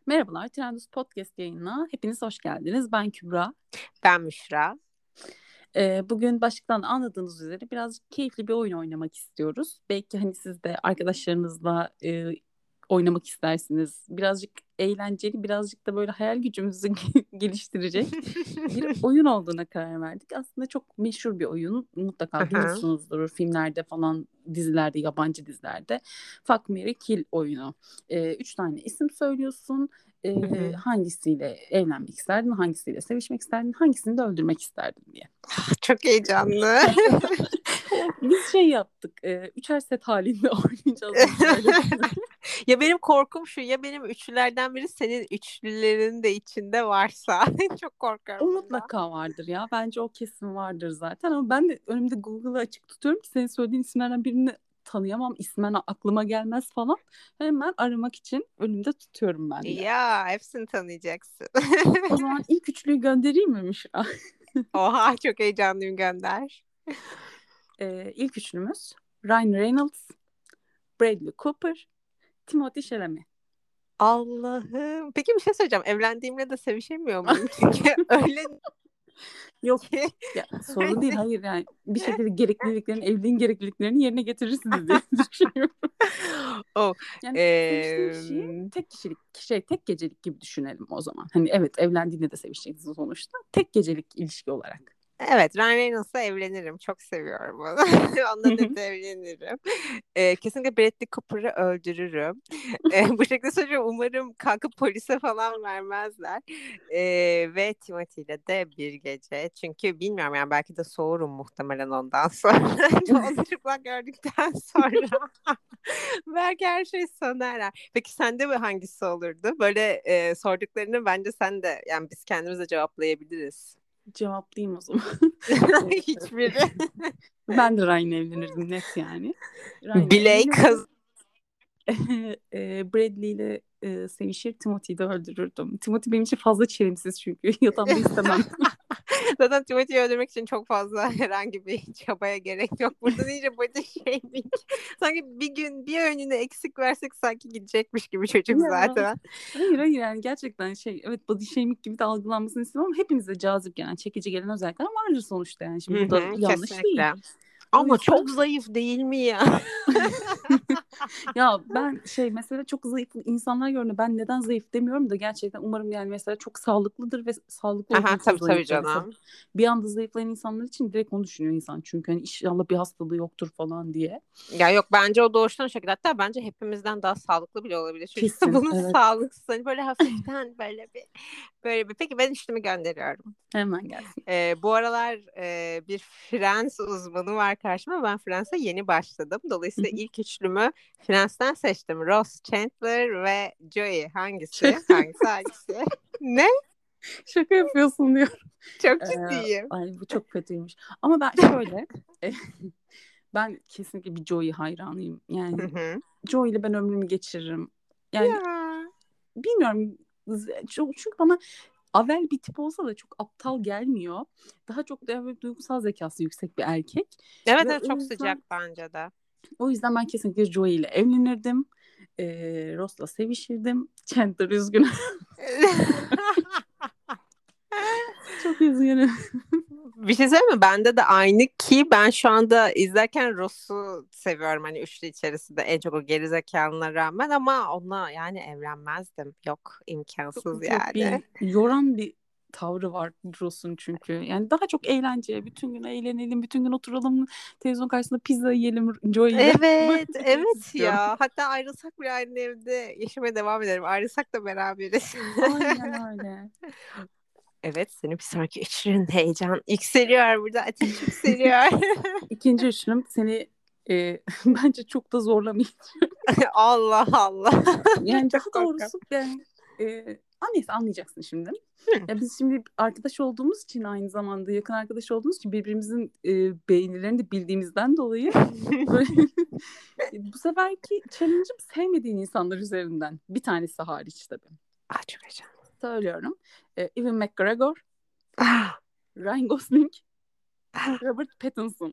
Merhabalar, Trendus Podcast yayınına hepiniz hoş geldiniz. Ben Kübra. Ben Müşra. Bugün başlıktan da anladığınız üzere biraz keyifli bir oyun oynamak istiyoruz. Belki hani siz de arkadaşlarınızla oynamak istersiniz. Birazcık eğlenceli, birazcık da böyle hayal gücümüzü geliştirecek bir oyun olduğuna karar verdik. Aslında çok meşhur bir oyun. Mutlaka Aha. duymuşsunuzdur filmlerde falan, dizilerde, yabancı dizilerde. Fuck, Marry, Kill oyunu. 3 tane isim söylüyorsun. Hangisiyle evlenmek isterdin, hangisiyle sevişmek isterdin, hangisini de öldürmek isterdin diye. Çok heyecanlı. Biz şey yaptık, 3'er set halinde oynayacağız bunu böyle. Ya benim korkum şu, ya benim üçlülerden biri senin üçlülerin de içinde varsa. Çok O korkuyorum bundan. mutlaka vardır ya. Bence o kesin vardır zaten. Ama ben de önümde Google'ı açık tutuyorum ki senin söylediğin isimlerden birini tanıyamam. İsmen aklıma gelmez falan. Hemen aramak için önümde tutuyorum ben de. Ya hepsini tanıyacaksın. O zaman ilk üçlüyü göndereyim mi Müşra? Oha, çok heyecanlıyım, gönder. İlk üçlümüz Ryan Reynolds, Bradley Cooper, Timothée Chalamet. Allah'ım. Peki bir şey söyleyeceğim. Evlendiğimle de sevişemiyor muyum? Çünkü öyle Yok ki. ya, sorun değil, hayır, yani bir şekilde gerekliliklerin, evliliğin gerekliliklerini yerine getirirsiniz diye düşünüyorum. Oh. Yani seviştiğin kişiyi tek kişilik, tek gecelik gibi düşünelim o zaman. Hani evet, evlendiğinde de sevişeceksiniz sonuçta. Tek gecelik ilişki olarak. Evet, Ryan Reynolds'la evlenirim. Çok seviyorum onu. Onunla net evlenirim. Kesinlikle Bradley Cooper'ı öldürürüm. Bu şekilde söylüyorum. Umarım kalkıp polise falan vermezler. Ve Timothy ile de bir gece. Çünkü bilmiyorum, yani belki de soğurum muhtemelen ondan sonra. Onu çıplak gördükten sonra. Belki her şey sona erer. Peki sende mi hangisi olurdu? Böyle sorduklarını bence sen de, yani biz kendimize cevaplayabiliriz. Cevaplayayım o zaman. Hiçbiri. Ben de Ryan'la evlenirdim net yani. Ryan'la Bileği evlenirdim. kaz. Bradley ile sevişir, Timothy'yi de öldürürdüm. Timothy benim için fazla çelimsiz çünkü. Yatağımda istemem. Zaten Timothy'yi öldürmek için çok fazla herhangi bir çabaya gerek yok. Burada iyice body shaming. Sanki bir gün bir öğününü eksik versek sanki gidecekmiş gibi çocuk Ya zaten. hayır yani gerçekten evet, body shaming gibi de algılanmasını istemem ama hepimize cazip gelen, çekici gelen özellikler vardır sonuçta, yani şimdi Hı bu da hı, yanlış değil. kesinlikle. O Ama çok yüzden zayıf değil mi ya? ya ben mesela çok zayıf insanlar gördüm. Ben neden zayıf demiyorum da gerçekten umarım yani mesela çok sağlıklıdır ve sağlıklı olduğu Aha, için tabii tabii zayıftır. Mesela canım. bir anda zayıflayan insanlar için direkt onu düşünüyor insan. Çünkü hani inşallah bir hastalığı yoktur falan diye. Ya yok, bence o doğuştan o şekilde. Hatta bence hepimizden daha sağlıklı bile olabilir. Çocuk da Kesin, bunun evet, sağlıksız. Hani böyle hafiften böyle bir. Peki ben işimi gönderiyorum. hemen gelsin. Bu aralar bir Friends uzmanı var karşıma. Ben Friends'e yeni başladım. Dolayısıyla ilk üçlümü Friends'ten seçtim. Ross, Chandler ve Joey. Hangisi? Hangisi? Ne? Şaka yapıyorsun diyor. Çok Ee, ciddiyim. Ay, bu çok kötüymüş. Ama ben şöyle ben kesinlikle bir Joey hayranıyım. Hı Yani hı. Joey ile ben ömrümü geçiririm. Yani Ya. bilmiyorum, çünkü bana Avel bir tip olsa da çok aptal gelmiyor. Daha çok da böyle duygusal zekası yüksek bir erkek. Evet Ve evet, o çok sıcak yüzden bence de. ben kesinlikle Joey ile evlenirdim. Ross'la sevişirdim. Chandler üzgünüm. Çok üzgünüm. Bir şey söyleyeyim mi? Bende de aynı, ki ben şu anda izlerken Ross'u seviyorum. Hani üçlü içerisinde en çok o gerizekalına rağmen, ama onunla yani evlenmezdim. Yok, imkansız Yok, yani. bir yoran bir tavrı var Ross'un çünkü. Yani daha çok eğlence. Bütün gün eğlenelim, bütün gün oturalım, televizyon karşısında pizza yiyelim Joey ile. Böyle Evet, bir hayat evet istiyorum. ya. Hatta ayrılsak bile aynı evde yaşamaya devam ederim. Ayrılsak da beraberiz. Aynen öyle. Evet, senin bir sonraki üçlünün heyecan yükseliyor burada. Ateş yükseliyor. İkinci üçlüm seni bence çok da zorlamayayım. Allah Allah. Yani daha Çok korkuyorum. doğrusu yani neyse, anlayacaksın şimdi. Hı. Ya biz şimdi arkadaş olduğumuz için, aynı zamanda yakın arkadaş olduğumuz için birbirimizin beğenilerini de bildiğimizden dolayı böyle bu seferki challenge'ım sevmediğin insanlar üzerinden. Bir tanesi hariç tabii. Ah, çok heyecanlı. Söylüyorum. Ewan McGregor, Ah, Ryan Gosling, ah. Robert Pattinson.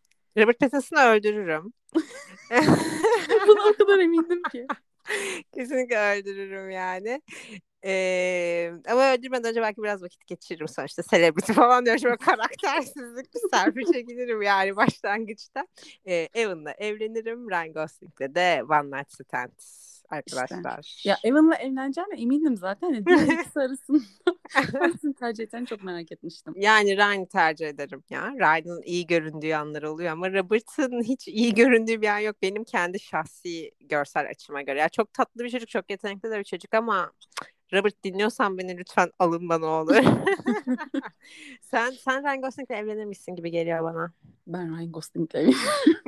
Robert Pattinson'ı öldürürüm. Buna o kadar emindim ki. Kesinlikle Kesinlikle öldürürüm yani. Ama öldürmeden önce belki biraz vakit geçiririm sonuçta. Celebrity falan diyorum. Şöyle karaktersizlik bir selfie çekilirim yani başlangıçta. Evan'la evlenirim. Ryan Gosling'le de One Night Stand İşte. arkadaşlar. Ya Evan'la evleneceğine eminim zaten. Ya diğer ikisi arasında hangisini tercih edeceğini çok merak etmiştim. Yani Ryan'ı tercih ederim ya. Ryan'ın iyi göründüğü anlar oluyor ama Robert'ın hiç iyi göründüğü bir an yok. Benim kendi şahsi görsel açıma göre. Ya çok tatlı bir çocuk, çok yetenekli de bir çocuk ama Robert dinliyorsan beni lütfen alınma ne olur. Sen Ryan Gosling'le evlenir misin gibi geliyor bana. Ben Ryan Gosling'le evlenirim.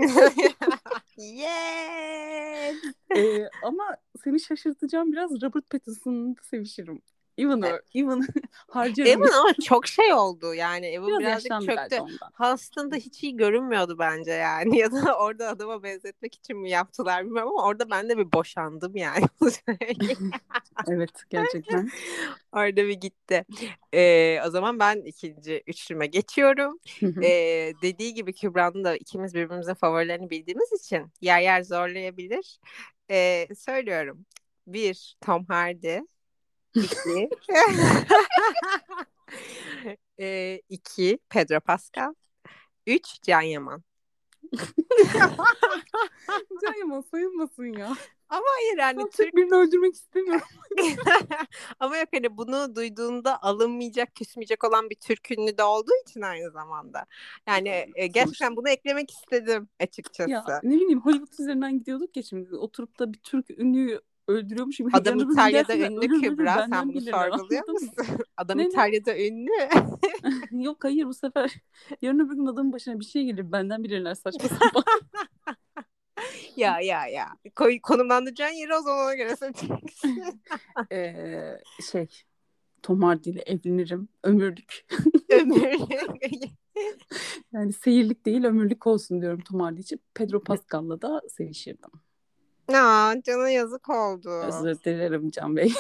Yes. Ama seni şaşırtacağım, biraz Robert Pattinson'la sevişirim. Evan'ı harcarım. Evan ama çok şey oldu yani. Evan Biraz birazcık yaşlandı çöktü. belki ondan. Hasta'da hiç iyi görünmüyordu bence yani. Ya da orada adama benzetmek için mi yaptılar bilmiyorum ama orada ben de bir boşandım yani. Evet, gerçekten. Orada bir gitti. O zaman ben ikinci üçlüme geçiyorum. Dediği gibi Kübra'nın da ikimiz birbirimizin favorilerini bildiğimiz için yer yer zorlayabilir. Söylüyorum. Bir, Tom Hardy. İki. İki, Pedro Pascal. Üç, Can Yaman. Can Yaman sayılmasın ya. Ama hayır yani Ben Türk Türk birini öldürmek istemiyorum. ama yok hani bunu duyduğunda alınmayacak, küsmeyecek olan bir Türk ünlü de olduğu için aynı zamanda. Yani gerçekten Sonuçta. bunu eklemek istedim Ya açıkçası. ne bileyim, Hollywood üzerinden gidiyorduk ya şimdi. Oturup da bir Türk ünlüyü öldürüyormuş gibi. Adam Yarın öbür gün İtalya'da gerçekten ünlü ölür Kübra. Sen benden bunu bilirler, sorguluyor anladın mı? musun? Adam Ne? İtalya'da ünlü. Yok hayır, bu sefer yarın öbür gün adamın başına bir şey gelir, benden bilirler, saçma sapan. Ya. Konumlandıracağın yeri o zaman ona göre seçeceksin. Ee, şey Tom Hardy ile evlenirim. Ömürlük. Ömürlük. Yani seyirlik değil, ömürlük olsun diyorum Tom Hardy için. Pedro Pascal'la da sevişirdim. Cana yazık oldu. Özür dilerim Can Bey.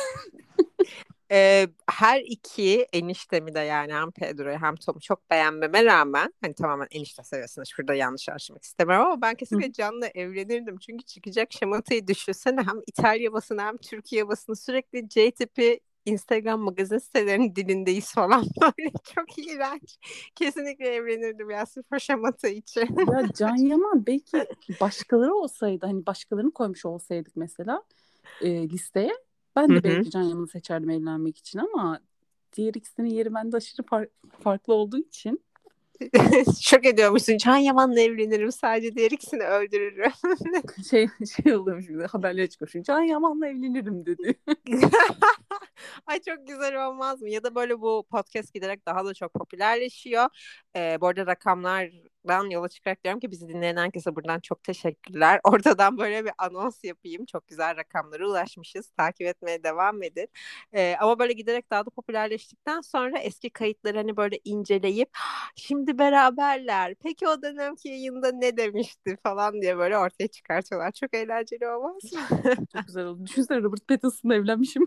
Her iki eniştemi de yani hem Pedro'yu hem Tom'u çok beğenmeme rağmen hani tamamen enişte seviyesinde şurada yanlış anlaşılmak istemiyorum ama ben kesinlikle Can'la evlenirdim. Çünkü çıkacak şematayı düşünsene, hem İtalya basını hem Türkiye basını sürekli C tipi Instagram magazin sitelerinin dilindeyiz falan böyle çok iğrenç. Kesinlikle evlenirdim ya sırf o şamata için. Ya Can Yaman belki başkaları olsaydı, hani başkalarını koymuş olsaydık mesela listeye, ben Hı de hı. belki Can Yaman'ı seçerdim evlenmek için, ama diğer ikisinin yeri bende aşırı farklı olduğu için Şok ediyormuşsun. Can Yaman'la evlenirim sadece, diğer ikisini öldürürüm. şey şey oluyormuş, bir de haberlere çıkıyor. Şimdi Can Yaman'la evlenirim dedi. Ay çok güzel olmaz mı? Ya da böyle bu podcast giderek daha da çok popülerleşiyor. Bu arada rakamlardan yola çıkarak diyorum ki bizi dinleyen herkese buradan çok teşekkürler. Ortadan böyle bir anons yapayım. Çok güzel rakamlara ulaşmışız. Takip etmeye devam edin. Ama böyle giderek daha da popülerleştikten sonra eski kayıtları hani böyle inceleyip şimdi beraberler. Peki o dönemki yayında ne demişti falan diye böyle ortaya çıkartıyorlar. Çok eğlenceli olmaz mı? Çok güzel oldu. Düşünsene, Robert Pattinson'la evlenmişim.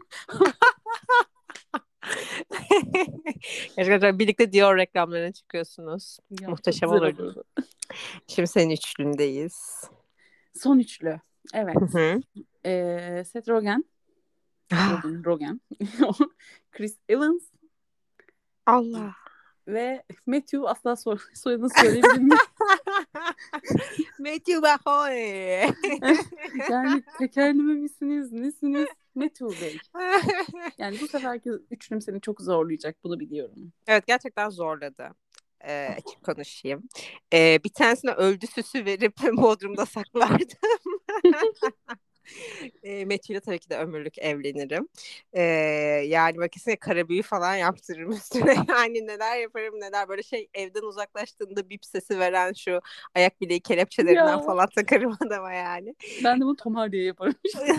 Gerçekten birlikte Dior reklamlarına çıkıyorsunuz. Ya çok Muhteşem güzel olurdu. olurdu. Şimdi senin üçlündeyiz. Son üçlü. Hı Evet. hı. Seth Rogen. Ah, Rogen. Chris Evans Allah. ve Matthew, asla soyadını söyleyebilir miyim? Matthew Bahoy. Yani tekerleme misiniz, nesiniz? Matthew Bey. Yani bu seferki üçlüm seni çok zorlayacak, bunu biliyorum. Evet gerçekten zorladı. Açık konuşayım. Bir tanesine öldü süsü verip Bodrum'da saklardım. Metin'le tabii ki de ömürlük evlenirim. Yani böyle kesinlikle kara büyü falan yaptırırım üstüne. Yani neler yaparım neler. Böyle şey, evden uzaklaştığında bip sesi veren şu ayak bileği kelepçelerinden Ya falan takarım adama yani. ben de bunu Tom Hardy'ye yaparım işte.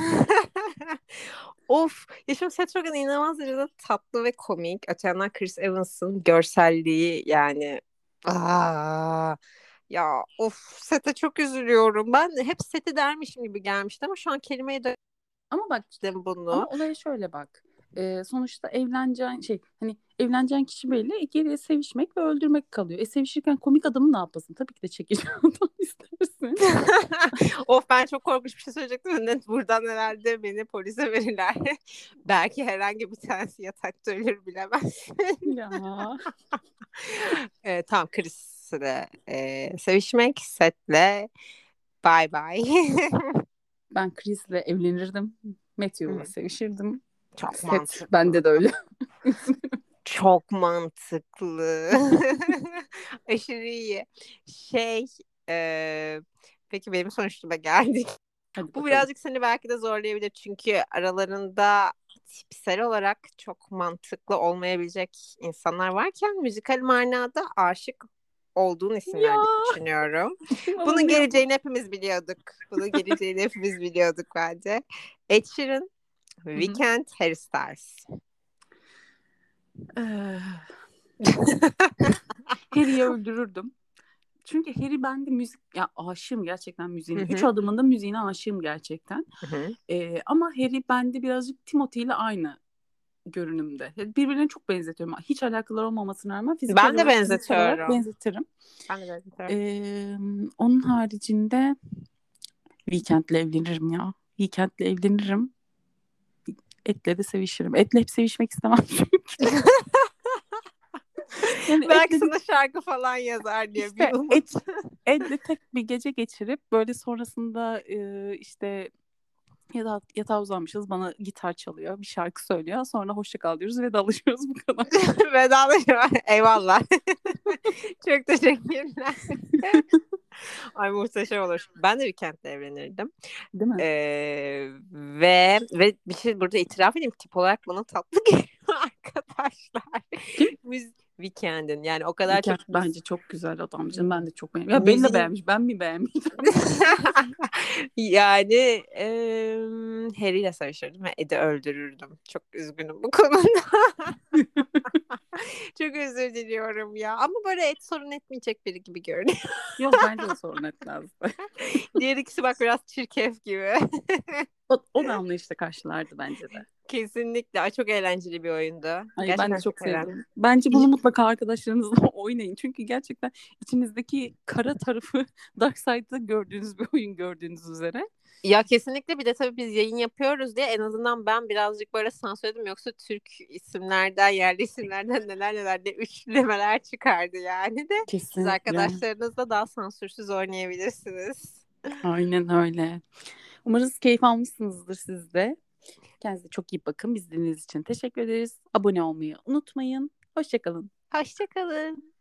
Of. Ya şimdi Seth Rogen inanılmaz derecede tatlı ve komik. Öte yandan Chris Evans'ın görselliği yani. Aa, ya of, sete çok üzülüyorum. Ben hep seti dermişim gibi gelmişti ama şu an kelimeye Ama bak, dönüştüm ama bunu. olaya şöyle bak. Sonuçta evleneceğin şey, hani Evleneceğin kişi belli. Geriye sevişmek ve öldürmek kalıyor. Sevişirken komik adamı ne yapasın? Tabii ki de çekici adam istersin. Of, ben çok korkunç bir şey söyleyecektim. Buradan herhalde beni polise verirler. Belki herhangi bir tanesi yatakta ölür, bilemezsin. Ya. Tamam, Chris'le sevişmek, Seth'le bye bye. Ben Chris'le evlenirdim. Matthew'la sevişirdim. Çok Seth mantıklı. bende de öyle. Çok mantıklı. Aşırı iyi. Şey, peki benim sonuçta geldik. Hadi Bu bakalım. birazcık seni belki de zorlayabilir. Çünkü aralarında tipsel olarak çok mantıklı olmayabilecek insanlar varken müzikal manada aşık olduğun isimler Ya. düşünüyorum. Bana Bunun bunu yapma. geleceğini hepimiz biliyorduk. Bunun geleceğini hepimiz biliyorduk bence. Ed Sheeran, Weeknd, Harry Styles. Harry'i öldürürdüm. Çünkü Harry bende müzik ya aşığım gerçekten müziğine. Hı 3 hı. adımında müziğine aşığım gerçekten. Hı hı. Ama Harry bende birazcık Timothy ile aynı görünümde. Birbirine çok benzetiyorum. Hiç alakaları olmamasına rağmen fiziksel Ben de olarak, fiziksel olarak benzetiyorum. benzetirim. Ben de benzetiyorum. Onun haricinde Weekend'le evlenirim ya. Weekend'le evlenirim. Etle de sevişirim. Etle hep sevişmek istemem çünkü. Yani Belki etle sana şarkı falan yazar diye bir işte umut. etle tek bir gece geçirip böyle sonrasında işte yatağa uzanmışız. Bana gitar çalıyor. Bir şarkı söylüyor. Sonra hoşça kal diyoruz ve dalışıyoruz bu kadar. Vedalaşma. Eyvallah. Çok teşekkürler. Ay, muhteşem olur. Ben de Weekend'le evlenirdim. Değil mi? Ve bir şey burada itiraf edeyim. Tip olarak bana tatlı geliyor arkadaşlar. Kim? Weekend'in yani o kadar Weekend çok bence çok güzel adam canım. Ben de çok beğendim. Ya Bella müziğin beğenmiş. Ben mi beğenmiştim? yani Harry ile savaşırdım ve Ed'i öldürürdüm. Çok üzgünüm bu konuda. Çok özür diliyorum ya. Ama böyle Ed sorun etmeyecek biri gibi görünüyor. Yok bence de sorun etmezdi. Diğer ikisi bak biraz çirkef gibi. O da anlayışla karşılardı bence de. Kesinlikle. Ay, çok eğlenceli bir oyundu. Ay ben de Gerçekten çok çok eğlenceli. sevdim. Bence bunu mutlaka arkadaşlarınızla oynayın. Çünkü gerçekten içinizdeki kara tarafı Dark Side'da gördüğünüz bir oyun gördüğünüz üzere. Ya kesinlikle, bir de tabii biz yayın yapıyoruz diye en azından ben birazcık böyle sansür ettim. Yoksa Türk isimlerden, yerli isimlerden neler neler de üçlemeler çıkardı yani de. Siz Kesinlikle. arkadaşlarınızla daha sansürsüz oynayabilirsiniz. Aynen öyle. Umarız keyif almışsınızdır siz de. Kendinize çok iyi bakın. Biz dinlediğiniz için teşekkür ederiz. Abone olmayı unutmayın. Hoşça kalın. Hoşçakalın.